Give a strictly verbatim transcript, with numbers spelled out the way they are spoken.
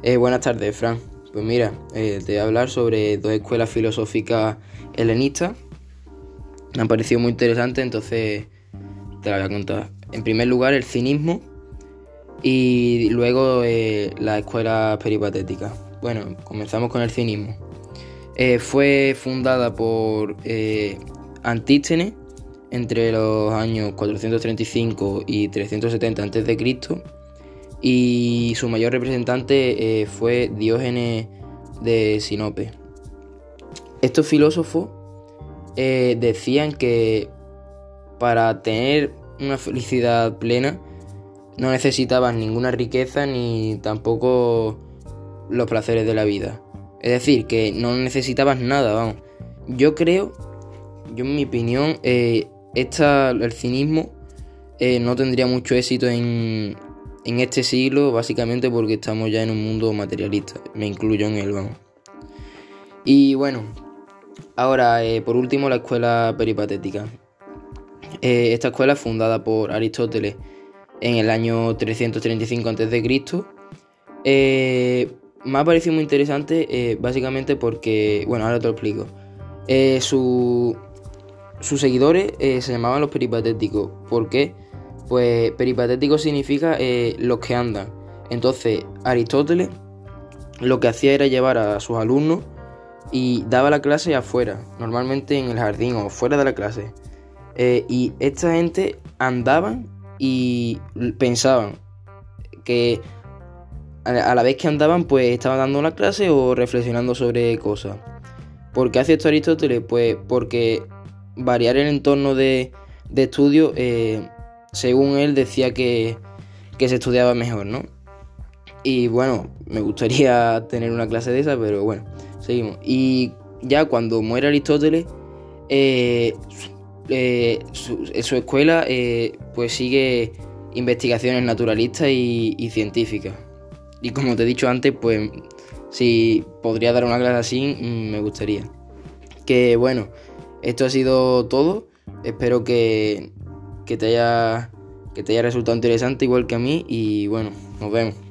Eh, buenas tardes, Fran. Pues mira, eh, te voy a hablar sobre dos escuelas filosóficas helenistas. Me han parecido muy interesantes, entonces te la voy a contar. En primer lugar, el cinismo y luego eh, la escuela peripatética. Bueno, comenzamos con el cinismo. Eh, fue fundada por eh, Antístenes entre los años cuatrocientos treinta y cinco y trescientos setenta antes de Cristo, y su mayor representante eh, fue Diógenes de Sinope. Estos filósofos eh, decían que para tener una felicidad plena no necesitabas ninguna riqueza ni tampoco los placeres de la vida. Es decir, que no necesitabas nada, vamos. Yo creo, yo en mi opinión, eh, esta, el cinismo eh, no tendría mucho éxito en, en este siglo, básicamente porque estamos ya en un mundo materialista. Me incluyo en él, vamos. Y bueno, ahora, eh, por último, la escuela peripatética. Eh, esta escuela, fundada por Aristóteles en el año trescientos treinta y cinco antes de Cristo, eh, me ha parecido muy interesante, eh, básicamente porque, bueno, ahora te lo explico. Eh, su, sus seguidores eh, se llamaban los peripatéticos. ¿Por qué? Pues peripatético significa eh, los que andan. Entonces, Aristóteles lo que hacía era llevar a sus alumnos y daba la clase afuera, normalmente en el jardín o fuera de la clase. Eh, y esta gente andaban y pensaban que a la vez que andaban, pues estaban dando la clase o reflexionando sobre cosas. ¿Por qué hace esto Aristóteles? Pues porque variar el entorno de, de estudio, eh, según él, decía que, que se estudiaba mejor, ¿no? Y bueno, me gustaría tener una clase de esa, pero bueno, seguimos. Y ya cuando muere Aristóteles, eh, eh, su, su escuela eh, pues sigue investigaciones naturalistas y, y científicas. Y como te he dicho antes, pues si podría dar una clase así, me gustaría. Que bueno, esto ha sido todo. Espero que, que, te haya, que te haya resultado interesante igual que a mí. Y bueno, nos vemos.